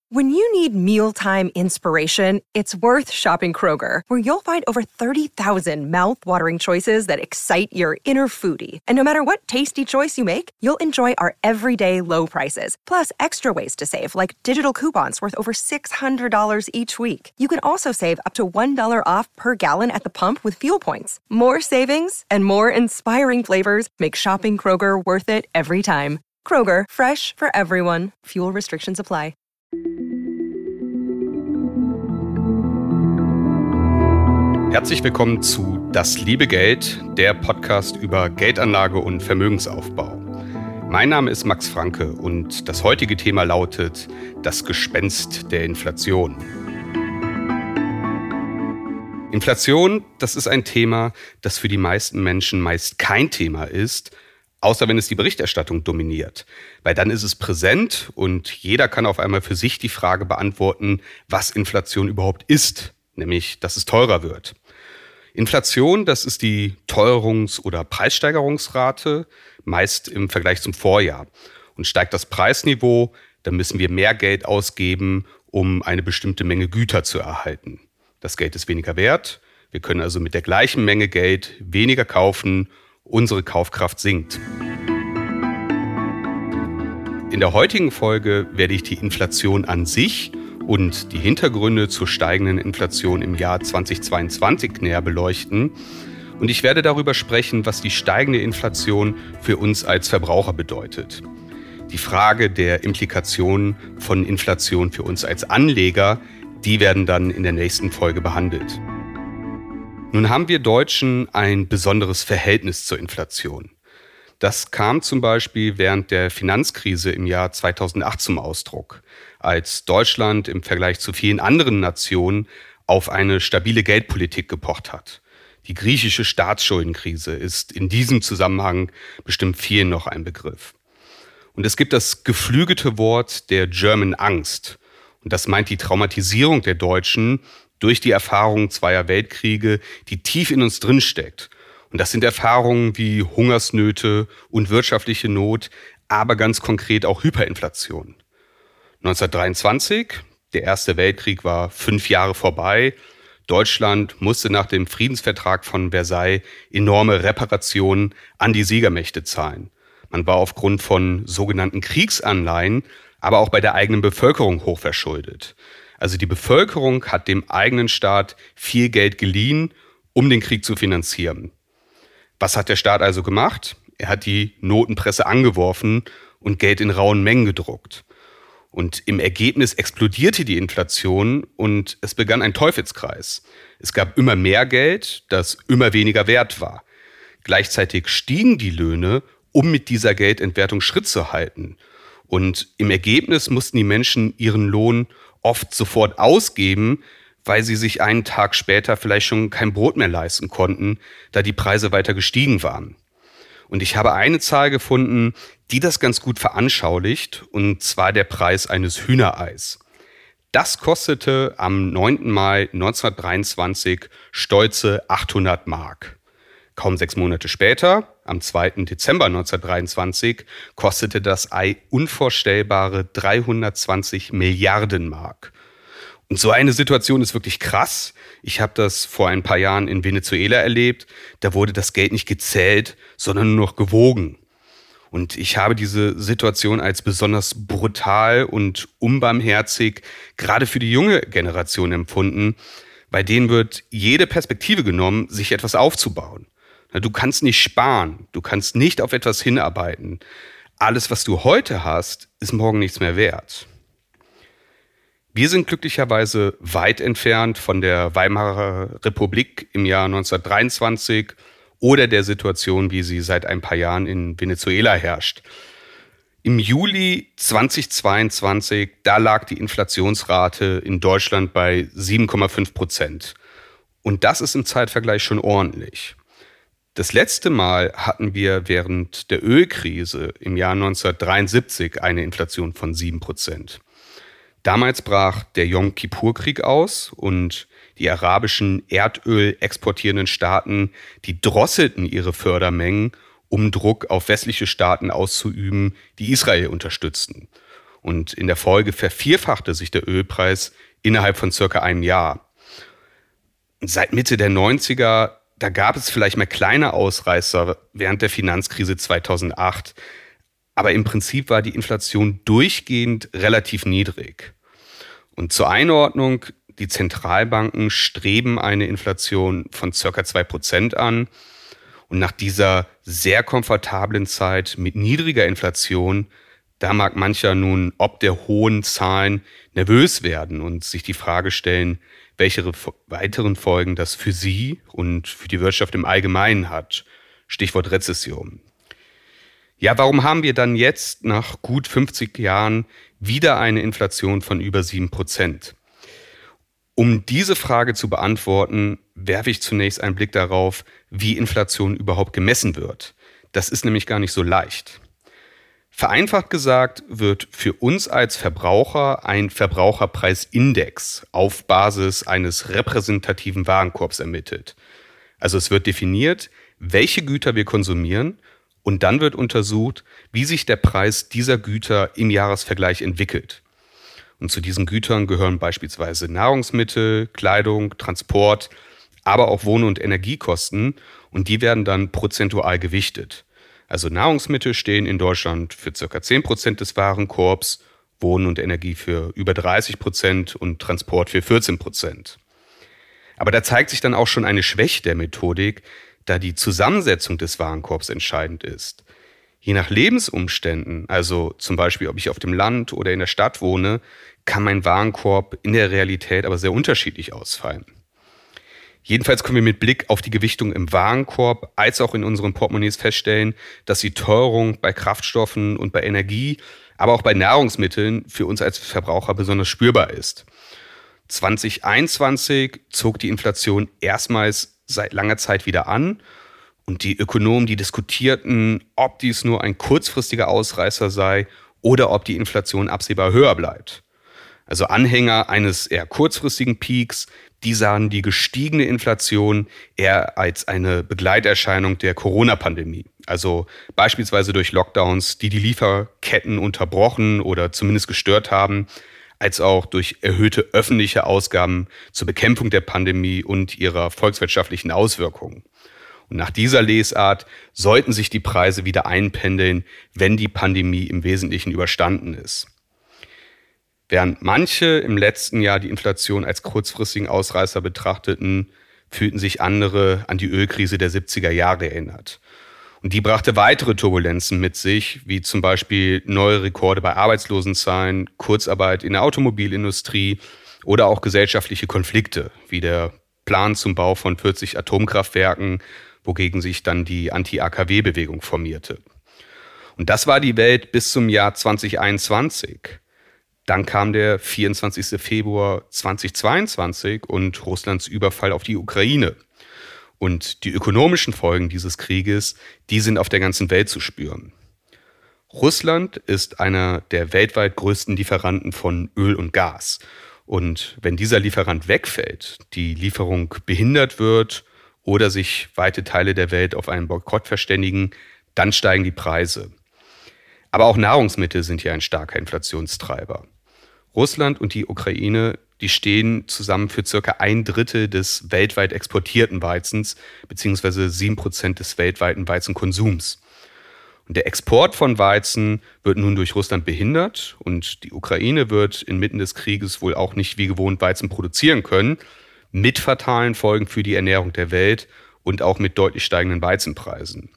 When you need mealtime inspiration, it's worth shopping Kroger, where you'll find over 30,000 mouth-watering choices that excite your inner foodie. And no matter what tasty choice you make, you'll enjoy our everyday low prices, plus extra ways to save, like digital coupons worth over $600 each week. You can also save up to $1 off per gallon at the pump with fuel points. More savings and more inspiring flavors make shopping Kroger worth it every time. Kroger, fresh for everyone. Fuel restrictions apply. Herzlich willkommen zu Das liebe Geld, der Podcast über Geldanlage und Vermögensaufbau. Mein Name ist Max Franke und das heutige Thema lautet das Gespenst der Inflation. Inflation, das ist ein Thema, das für die meisten Menschen meist kein Thema ist, außer wenn es die Berichterstattung dominiert. Weil dann ist es präsent und jeder kann auf einmal für sich die Frage beantworten, was Inflation überhaupt ist, nämlich, dass es teurer wird. Inflation, das ist die Teuerungs- oder Preissteigerungsrate, meist im Vergleich zum Vorjahr. Und steigt das Preisniveau, dann müssen wir mehr Geld ausgeben, um eine bestimmte Menge Güter zu erhalten. Das Geld ist weniger wert, wir können also mit der gleichen Menge Geld weniger kaufen, unsere Kaufkraft sinkt. In der heutigen Folge werde ich die Inflation an sich und die Hintergründe zur steigenden Inflation im Jahr 2022 näher beleuchten. Und ich werde darüber sprechen, was die steigende Inflation für uns als Verbraucher bedeutet. Die Frage der Implikationen von Inflation für uns als Anleger, die werden dann in der nächsten Folge behandelt. Nun haben wir Deutschen ein besonderes Verhältnis zur Inflation. Das kam zum Beispiel während der Finanzkrise im Jahr 2008 zum Ausdruck, als Deutschland im Vergleich zu vielen anderen Nationen auf eine stabile Geldpolitik gepocht hat. Die griechische Staatsschuldenkrise ist in diesem Zusammenhang bestimmt vielen noch ein Begriff. Und es gibt das geflügelte Wort der German Angst. Und das meint die Traumatisierung der Deutschen durch die Erfahrungen zweier Weltkriege, die tief in uns drinsteckt. Und das sind Erfahrungen wie Hungersnöte und wirtschaftliche Not, aber ganz konkret auch Hyperinflation. 1923, der Erste Weltkrieg war 5 Jahre vorbei. Deutschland musste nach dem Friedensvertrag von Versailles enorme Reparationen an die Siegermächte zahlen. Man war aufgrund von sogenannten Kriegsanleihen, aber auch bei der eigenen Bevölkerung hochverschuldet. Also die Bevölkerung hat dem eigenen Staat viel Geld geliehen, um den Krieg zu finanzieren. Was hat der Staat also gemacht? Er hat die Notenpresse angeworfen und Geld in rauen Mengen gedruckt. Und im Ergebnis explodierte die Inflation und es begann ein Teufelskreis. Es gab immer mehr Geld, das immer weniger wert war. Gleichzeitig stiegen die Löhne, um mit dieser Geldentwertung Schritt zu halten. Und im Ergebnis mussten die Menschen ihren Lohn oft sofort ausgeben, weil sie sich einen Tag später vielleicht schon kein Brot mehr leisten konnten, da die Preise weiter gestiegen waren. Und ich habe eine Zahl gefunden, die das ganz gut veranschaulicht, und zwar der Preis eines Hühnereis. Das kostete am 9. Mai 1923 stolze 800 Mark. Kaum 6 Monate später, am 2. Dezember 1923, kostete das Ei unvorstellbare 320 Milliarden Mark. Und so eine Situation ist wirklich krass. Ich habe das vor ein paar Jahren in Venezuela erlebt. Da wurde das Geld nicht gezählt, sondern nur noch gewogen. Und ich habe diese Situation als besonders brutal und unbarmherzig gerade für die junge Generation empfunden. Bei denen wird jede Perspektive genommen, sich etwas aufzubauen. Du kannst nicht sparen, du kannst nicht auf etwas hinarbeiten. Alles, was du heute hast, ist morgen nichts mehr wert. Wir sind glücklicherweise weit entfernt von der Weimarer Republik im Jahr 1923 oder der Situation, wie sie seit ein paar Jahren in Venezuela herrscht. Im Juli 2022, da lag die Inflationsrate in Deutschland bei 7,5%. Und das ist im Zeitvergleich schon ordentlich. Das letzte Mal hatten wir während der Ölkrise im Jahr 1973 eine Inflation von 7%. Damals brach der Jom-Kippur-Krieg aus und die arabischen Erdöl exportierenden Staaten, die drosselten ihre Fördermengen, um Druck auf westliche Staaten auszuüben, die Israel unterstützten. Und in der Folge vervierfachte sich der Ölpreis innerhalb von circa einem Jahr. Seit Mitte der 90er, da gab es vielleicht mal kleine Ausreißer während der Finanzkrise 2008. Aber im Prinzip war die Inflation durchgehend relativ niedrig. Und zur Einordnung, die Zentralbanken streben eine Inflation von ca. 2% an. Und nach dieser sehr komfortablen Zeit mit niedriger Inflation, da mag mancher nun ob der hohen Zahlen nervös werden und sich die Frage stellen, welche weiteren Folgen das für sie und für die Wirtschaft im Allgemeinen hat. Stichwort Rezession. Ja, warum haben wir dann jetzt nach gut 50 Jahren wieder eine Inflation von über 7%? Um diese Frage zu beantworten, werfe ich zunächst einen Blick darauf, wie Inflation überhaupt gemessen wird. Das ist nämlich gar nicht so leicht. Vereinfacht gesagt wird für uns als Verbraucher ein Verbraucherpreisindex auf Basis eines repräsentativen Warenkorbs ermittelt. Also es wird definiert, welche Güter wir konsumieren, und dann wird untersucht, wie sich der Preis dieser Güter im Jahresvergleich entwickelt. Und zu diesen Gütern gehören beispielsweise Nahrungsmittel, Kleidung, Transport, aber auch Wohn- und Energiekosten, und die werden dann prozentual gewichtet. Also Nahrungsmittel stehen in Deutschland für ca. 10% des Warenkorbs, Wohnen und Energie für über 30% und Transport für 14%. Aber da zeigt sich dann auch schon eine Schwäche der Methodik, da die Zusammensetzung des Warenkorbs entscheidend ist. Je nach Lebensumständen, also zum Beispiel ob ich auf dem Land oder in der Stadt wohne, kann mein Warenkorb in der Realität aber sehr unterschiedlich ausfallen. Jedenfalls können wir mit Blick auf die Gewichtung im Warenkorb als auch in unseren Portemonnaies feststellen, dass die Teuerung bei Kraftstoffen und bei Energie, aber auch bei Nahrungsmitteln für uns als Verbraucher besonders spürbar ist. 2021 zog die Inflation erstmals seit langer Zeit wieder an. Und die Ökonomen, die diskutierten, ob dies nur ein kurzfristiger Ausreißer sei oder ob die Inflation absehbar höher bleibt. Also Anhänger eines eher kurzfristigen Peaks, die sahen die gestiegene Inflation eher als eine Begleiterscheinung der Corona-Pandemie. Also beispielsweise durch Lockdowns, die die Lieferketten unterbrochen oder zumindest gestört haben, als auch durch erhöhte öffentliche Ausgaben zur Bekämpfung der Pandemie und ihrer volkswirtschaftlichen Auswirkungen. Und nach dieser Lesart sollten sich die Preise wieder einpendeln, wenn die Pandemie im Wesentlichen überstanden ist. Während manche im letzten Jahr die Inflation als kurzfristigen Ausreißer betrachteten, fühlten sich andere an die Ölkrise der 70er Jahre erinnert. Und die brachte weitere Turbulenzen mit sich, wie zum Beispiel neue Rekorde bei Arbeitslosenzahlen, Kurzarbeit in der Automobilindustrie oder auch gesellschaftliche Konflikte, wie der Plan zum Bau von 40 Atomkraftwerken, wogegen sich dann die Anti-AKW-Bewegung formierte. Und das war die Welt bis zum Jahr 2021. Dann kam der 24. Februar 2022 und Russlands Überfall auf die Ukraine. Und die ökonomischen Folgen dieses Krieges, die sind auf der ganzen Welt zu spüren. Russland ist einer der weltweit größten Lieferanten von Öl und Gas. Und wenn dieser Lieferant wegfällt, die Lieferung behindert wird oder sich weite Teile der Welt auf einen Boykott verständigen, dann steigen die Preise. Aber auch Nahrungsmittel sind hier ein starker Inflationstreiber. Russland und die Ukraine, die stehen zusammen für ca. 1/3 des weltweit exportierten Weizens bzw. 7% des weltweiten Weizenkonsums. Und der Export von Weizen wird nun durch Russland behindert und die Ukraine wird inmitten des Krieges wohl auch nicht wie gewohnt Weizen produzieren können, mit fatalen Folgen für die Ernährung der Welt und auch mit deutlich steigenden Weizenpreisen.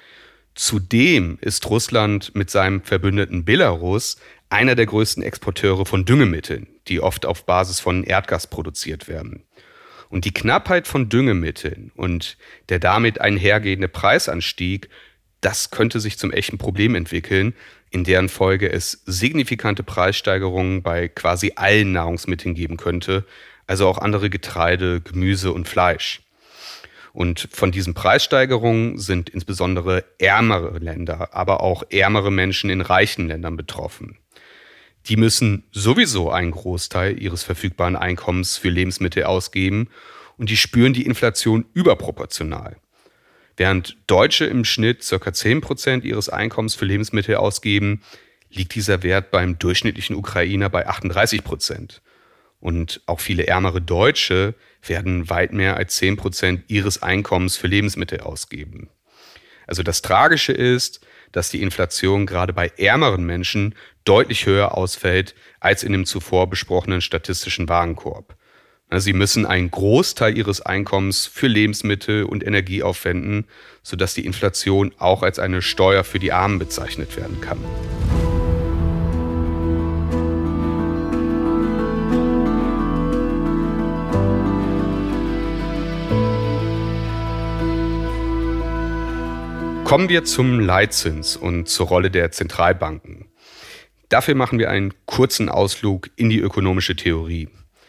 Zudem ist Russland mit seinem Verbündeten Belarus einer der größten Exporteure von Düngemitteln, die oft auf Basis von Erdgas produziert werden. Und die Knappheit von Düngemitteln und der damit einhergehende Preisanstieg, das könnte sich zum echten Problem entwickeln, in deren Folge es signifikante Preissteigerungen bei quasi allen Nahrungsmitteln geben könnte, also auch andere Getreide, Gemüse und Fleisch. Und von diesen Preissteigerungen sind insbesondere ärmere Länder, aber auch ärmere Menschen in reichen Ländern betroffen. Die müssen sowieso einen Großteil ihres verfügbaren Einkommens für Lebensmittel ausgeben und die spüren die Inflation überproportional. Während Deutsche im Schnitt ca. 10% ihres Einkommens für Lebensmittel ausgeben, liegt dieser Wert beim durchschnittlichen Ukrainer bei 38%. Und auch viele ärmere Deutsche werden weit mehr als 10% ihres Einkommens für Lebensmittel ausgeben. Also das Tragische ist, dass die Inflation gerade bei ärmeren Menschen deutlich höher ausfällt als in dem zuvor besprochenen statistischen Warenkorb. Sie müssen einen Großteil ihres Einkommens für Lebensmittel und Energie aufwenden, sodass die Inflation auch als eine Steuer für die Armen bezeichnet werden kann. Kommen wir zum Leitzins und zur Rolle der Zentralbanken. Dafür machen wir einen kurzen Ausflug in die ökonomische Theorie.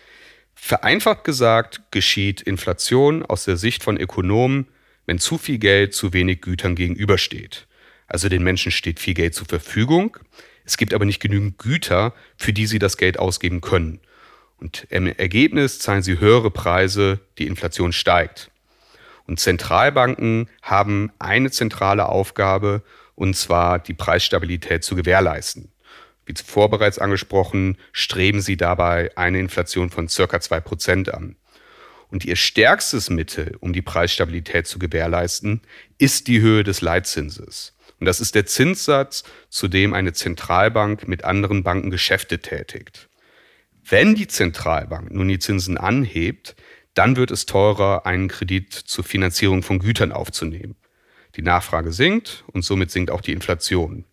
Vereinfacht gesagt geschieht Inflation aus der Sicht von Ökonomen, wenn zu viel Geld zu wenig Gütern gegenübersteht. Also den Menschen steht viel Geld zur Verfügung, es gibt aber nicht genügend Güter, für die sie das Geld ausgeben können. Und im Ergebnis zahlen sie höhere Preise, die Inflation steigt. Und Zentralbanken haben eine zentrale Aufgabe, und zwar die Preisstabilität zu gewährleisten. Wie zuvor bereits angesprochen, streben sie dabei eine Inflation von ca. 2% an. Und ihr stärkstes Mittel, um die Preisstabilität zu gewährleisten, ist die Höhe des Leitzinses. Und das ist der Zinssatz, zu dem eine Zentralbank mit anderen Banken Geschäfte tätigt. Wenn die Zentralbank nun die Zinsen anhebt, dann wird es teurer, einen Kredit zur Finanzierung von Gütern aufzunehmen. Die Nachfrage sinkt und somit sinkt auch die Inflation.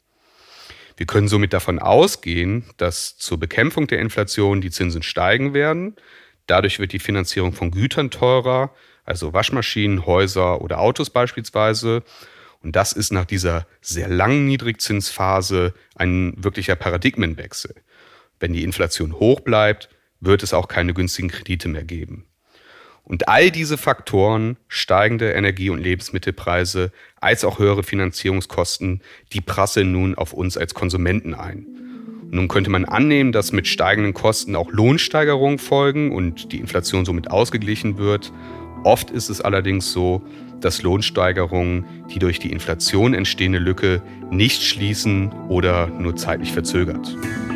Wir können somit davon ausgehen, dass zur Bekämpfung der Inflation die Zinsen steigen werden. Dadurch wird die Finanzierung von Gütern teurer, also Waschmaschinen, Häuser oder Autos beispielsweise. Und das ist nach dieser sehr langen Niedrigzinsphase ein wirklicher Paradigmenwechsel. Wenn die Inflation hoch bleibt, wird es auch keine günstigen Kredite mehr geben. Und all diese Faktoren, steigende Energie- und Lebensmittelpreise, als auch höhere Finanzierungskosten, die prasseln nun auf uns als Konsumenten ein. Und nun könnte man annehmen, dass mit steigenden Kosten auch Lohnsteigerungen folgen und die Inflation somit ausgeglichen wird. Oft ist es allerdings so, dass Lohnsteigerungen die durch die Inflation entstehende Lücke nicht schließen oder nur zeitlich verzögert.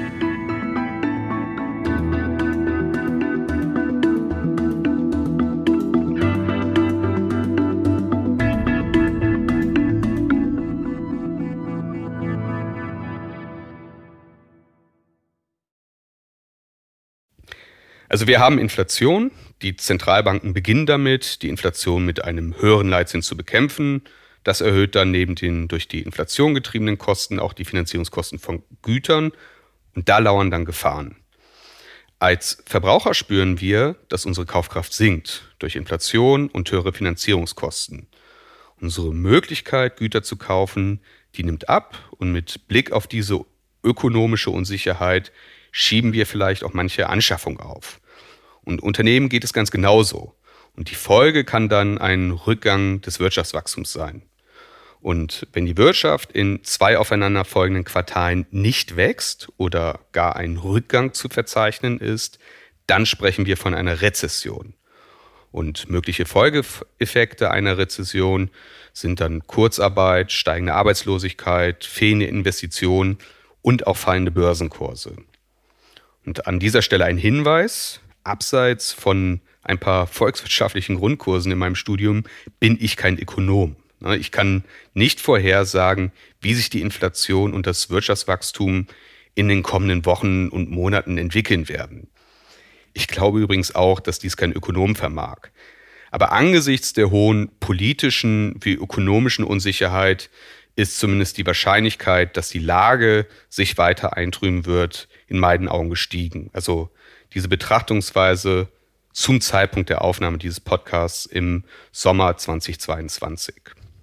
Also wir haben Inflation. Die Zentralbanken beginnen damit, die Inflation mit einem höheren Leitzins zu bekämpfen. Das erhöht dann neben den durch die Inflation getriebenen Kosten auch die Finanzierungskosten von Gütern. Und da lauern dann Gefahren. Als Verbraucher spüren wir, dass unsere Kaufkraft sinkt durch Inflation und höhere Finanzierungskosten. Unsere Möglichkeit, Güter zu kaufen, die nimmt ab. Und mit Blick auf diese ökonomische Unsicherheit schieben wir vielleicht auch manche Anschaffung auf. Und Unternehmen geht es ganz genauso. Und die Folge kann dann ein Rückgang des Wirtschaftswachstums sein. Und wenn die Wirtschaft in 2 aufeinanderfolgenden Quartalen nicht wächst oder gar ein Rückgang zu verzeichnen ist, dann sprechen wir von einer Rezession. Und mögliche Folgeeffekte einer Rezession sind dann Kurzarbeit, steigende Arbeitslosigkeit, fehlende Investitionen und auch fallende Börsenkurse. Und an dieser Stelle ein Hinweis: Abseits von ein paar volkswirtschaftlichen Grundkursen in meinem Studium bin ich kein Ökonom. Ich kann nicht vorhersagen, wie sich die Inflation und das Wirtschaftswachstum in den kommenden Wochen und Monaten entwickeln werden. Ich glaube übrigens auch, dass dies kein Ökonom vermag. Aber angesichts der hohen politischen wie ökonomischen Unsicherheit ist zumindest die Wahrscheinlichkeit, dass die Lage sich weiter eintrüben wird, in meinen Augen gestiegen. Also diese Betrachtungsweise zum Zeitpunkt der Aufnahme dieses Podcasts im Sommer 2022.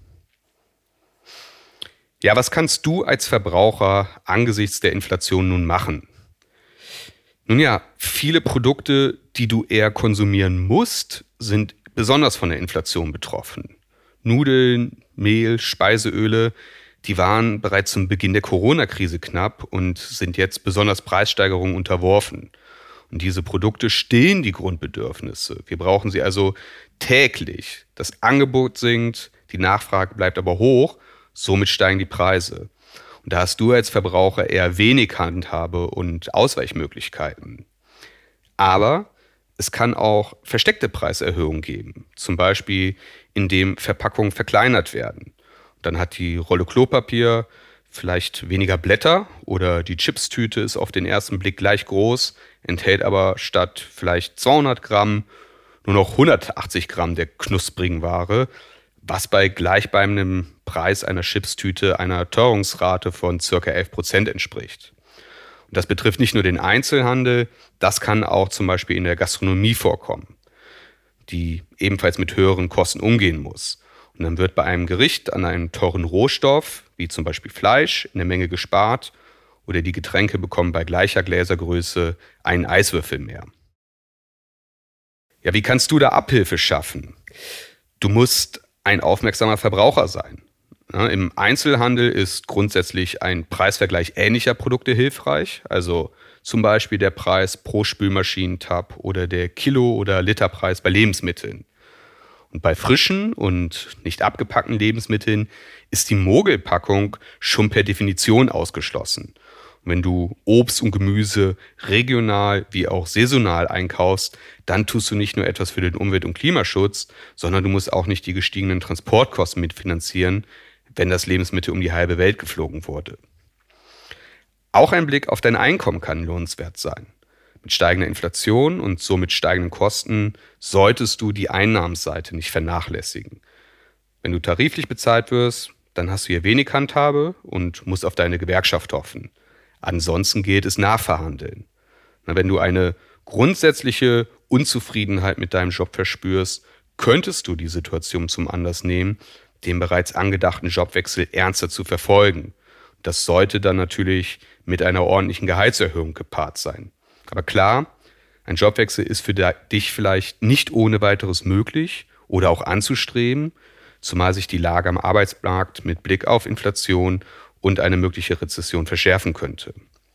Ja, was kannst du als Verbraucher angesichts der Inflation nun machen? Nun ja, viele Produkte, die du eher konsumieren musst, sind besonders von der Inflation betroffen. Nudeln, Mehl, Speiseöle, die waren bereits zum Beginn der Corona-Krise knapp und sind jetzt besonders Preissteigerungen unterworfen. Und diese Produkte stillen die Grundbedürfnisse. Wir brauchen sie also täglich. Das Angebot sinkt, die Nachfrage bleibt aber hoch, somit steigen die Preise. Und da hast du als Verbraucher eher wenig Handhabe und Ausweichmöglichkeiten. Aber es kann auch versteckte Preiserhöhungen geben, zum Beispiel indem Verpackungen verkleinert werden. Dann hat die Rolle Klopapier vielleicht weniger Blätter oder die Chipstüte ist auf den ersten Blick gleich groß, enthält aber statt vielleicht 200 Gramm nur noch 180 Gramm der knusprigen Ware, was bei gleichbleibendem Preis einer Chipstüte einer Teuerungsrate von ca. 11% entspricht. Und das betrifft nicht nur den Einzelhandel, das kann auch zum Beispiel in der Gastronomie vorkommen, die ebenfalls mit höheren Kosten umgehen muss. Und dann wird bei einem Gericht an einem teuren Rohstoff, wie zum Beispiel Fleisch, in der Menge gespart oder die Getränke bekommen bei gleicher Gläsergröße einen Eiswürfel mehr. Ja, wie kannst du da Abhilfe schaffen? Du musst ein aufmerksamer Verbraucher sein. Ja, im Einzelhandel ist grundsätzlich ein Preisvergleich ähnlicher Produkte hilfreich, also zum Beispiel der Preis pro Spülmaschinentab oder der Kilo- oder Literpreis bei Lebensmitteln. Und bei frischen und nicht abgepackten Lebensmitteln ist die Mogelpackung schon per Definition ausgeschlossen. Und wenn du Obst und Gemüse regional wie auch saisonal einkaufst, dann tust du nicht nur etwas für den Umwelt- und Klimaschutz, sondern du musst auch nicht die gestiegenen Transportkosten mitfinanzieren, wenn das Lebensmittel um die halbe Welt geflogen wurde. Auch ein Blick auf dein Einkommen kann lohnenswert sein. Mit steigender Inflation und somit steigenden Kosten solltest du die Einnahmenseite nicht vernachlässigen. Wenn du tariflich bezahlt wirst, dann hast du hier wenig Handhabe und musst auf deine Gewerkschaft hoffen. Ansonsten gilt es nachverhandeln. Wenn du eine grundsätzliche Unzufriedenheit mit deinem Job verspürst, könntest du die Situation zum Anlass nehmen, den bereits angedachten Jobwechsel ernster zu verfolgen. Das sollte dann natürlich mit einer ordentlichen Gehaltserhöhung gepaart sein. Aber klar, ein Jobwechsel ist für dich vielleicht nicht ohne weiteres möglich oder auch anzustreben, zumal sich die Lage am Arbeitsmarkt mit Blick auf Inflation und eine mögliche Rezession verschärfen könnte.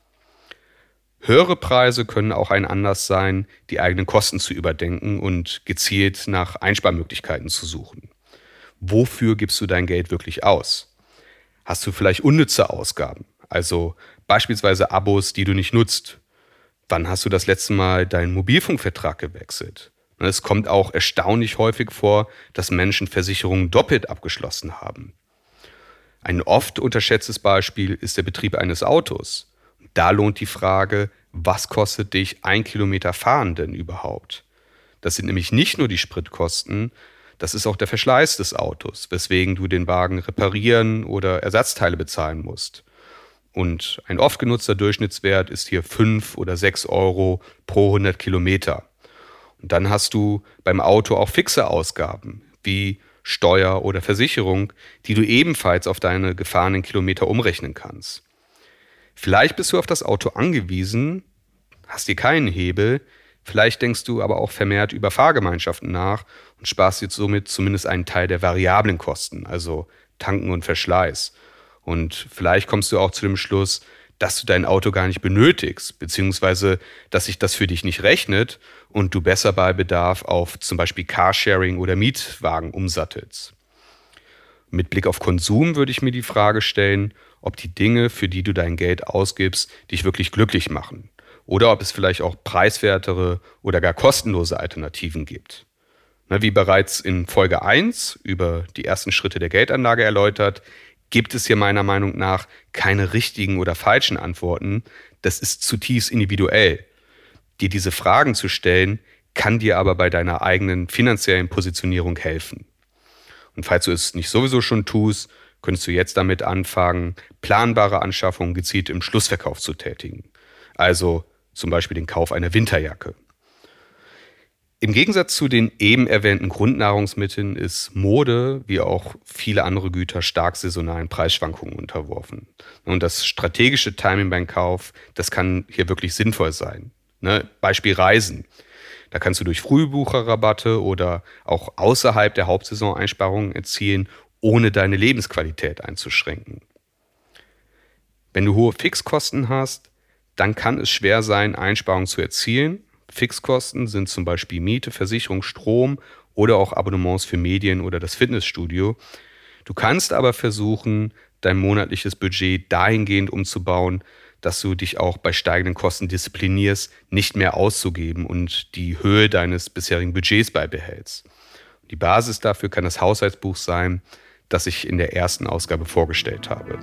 Höhere Preise können auch ein Anlass sein, die eigenen Kosten zu überdenken und gezielt nach Einsparmöglichkeiten zu suchen. Wofür gibst du dein Geld wirklich aus? Hast du vielleicht unnütze Ausgaben, also beispielsweise Abos, die du nicht nutzt? Wann hast du das letzte Mal deinen Mobilfunkvertrag gewechselt? Es kommt auch erstaunlich häufig vor, dass Menschen Versicherungen doppelt abgeschlossen haben. Ein oft unterschätztes Beispiel ist der Betrieb eines Autos. Da lohnt die Frage, was kostet dich 1 Kilometer Fahren denn überhaupt? Das sind nämlich nicht nur die Spritkosten, das ist auch der Verschleiß des Autos, weswegen du den Wagen reparieren oder Ersatzteile bezahlen musst. Und ein oft genutzter Durchschnittswert ist hier 5 oder 6 Euro pro 100 Kilometer. Und dann hast du beim Auto auch fixe Ausgaben, wie Steuer oder Versicherung, die du ebenfalls auf deine gefahrenen Kilometer umrechnen kannst. Vielleicht bist du auf das Auto angewiesen, hast hier keinen Hebel, vielleicht denkst du aber auch vermehrt über Fahrgemeinschaften nach und sparst jetzt somit zumindest einen Teil der variablen Kosten, also Tanken und Verschleiß. Und vielleicht kommst du auch zu dem Schluss, dass du dein Auto gar nicht benötigst, beziehungsweise dass sich das für dich nicht rechnet und du besser bei Bedarf auf zum Beispiel Carsharing oder Mietwagen umsattelst. Mit Blick auf Konsum würde ich mir die Frage stellen, ob die Dinge, für die du dein Geld ausgibst, dich wirklich glücklich machen oder ob es vielleicht auch preiswertere oder gar kostenlose Alternativen gibt. Wie bereits in Folge 1 über die ersten Schritte der Geldanlage erläutert, gibt es hier meiner Meinung nach keine richtigen oder falschen Antworten. Das ist zutiefst individuell. Dir diese Fragen zu stellen, kann dir aber bei deiner eigenen finanziellen Positionierung helfen. Und falls du es nicht sowieso schon tust, könntest du jetzt damit anfangen, planbare Anschaffungen gezielt im Schlussverkauf zu tätigen. Also zum Beispiel den Kauf einer Winterjacke. Im Gegensatz zu den eben erwähnten Grundnahrungsmitteln ist Mode, wie auch viele andere Güter, stark saisonalen Preisschwankungen unterworfen. Und das strategische Timing beim Kauf, das kann hier wirklich sinnvoll sein. Beispiel Reisen. Da kannst du durch Frühbucherrabatte oder auch außerhalb der Hauptsaison Einsparungen erzielen, ohne deine Lebensqualität einzuschränken. Wenn du hohe Fixkosten hast, dann kann es schwer sein, Einsparungen zu erzielen. Fixkosten sind zum Beispiel Miete, Versicherung, Strom oder auch Abonnements für Medien oder das Fitnessstudio. Du kannst aber versuchen, dein monatliches Budget dahingehend umzubauen, dass du dich auch bei steigenden Kosten disziplinierst, nicht mehr auszugeben und die Höhe deines bisherigen Budgets beibehältst. Die Basis dafür kann das Haushaltsbuch sein, das ich in der ersten Ausgabe vorgestellt habe.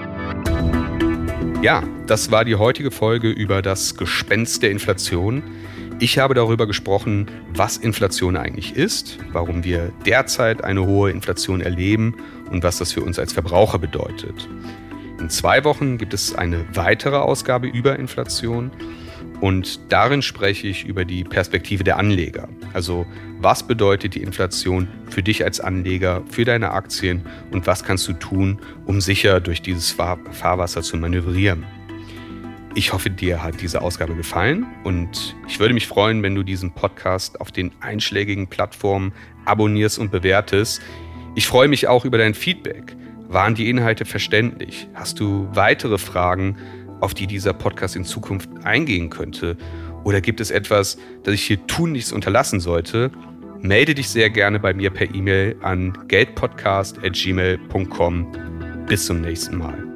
Ja, das war die heutige Folge über das Gespenst der Inflation. Ich habe darüber gesprochen, was Inflation eigentlich ist, warum wir derzeit eine hohe Inflation erleben und was das für uns als Verbraucher bedeutet. In 2 Wochen gibt es eine weitere Ausgabe über Inflation und darin spreche ich über die Perspektive der Anleger. Also was bedeutet die Inflation für dich als Anleger, für deine Aktien und was kannst du tun, um sicher durch dieses Fahrwasser zu manövrieren. Ich hoffe, dir hat diese Ausgabe gefallen und ich würde mich freuen, wenn du diesen Podcast auf den einschlägigen Plattformen abonnierst und bewertest. Ich freue mich auch über dein Feedback. Waren die Inhalte verständlich? Hast du weitere Fragen, auf die dieser Podcast in Zukunft eingehen könnte? Oder gibt es etwas, das ich hier tunlichst unterlassen sollte? Melde dich sehr gerne bei mir per E-Mail an geldpodcast@gmail.com. Bis zum nächsten Mal.